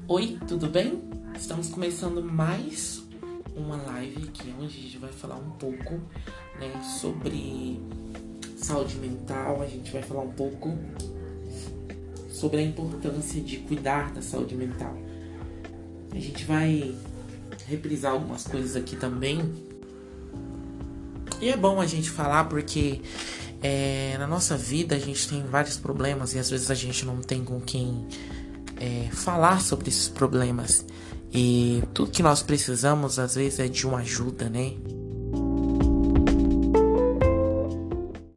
Oi, tudo bem? Estamos começando mais uma live aqui onde a gente vai falar um pouco, sobre saúde mental. A gente vai falar um pouco sobre a importância de cuidar da saúde mental. A gente vai reprisar algumas coisas aqui também. E é bom a gente falar porque na nossa vida a gente tem vários problemas e às vezes a gente não tem com quem falar sobre esses problemas. E tudo que nós precisamos às vezes é de uma ajuda, né?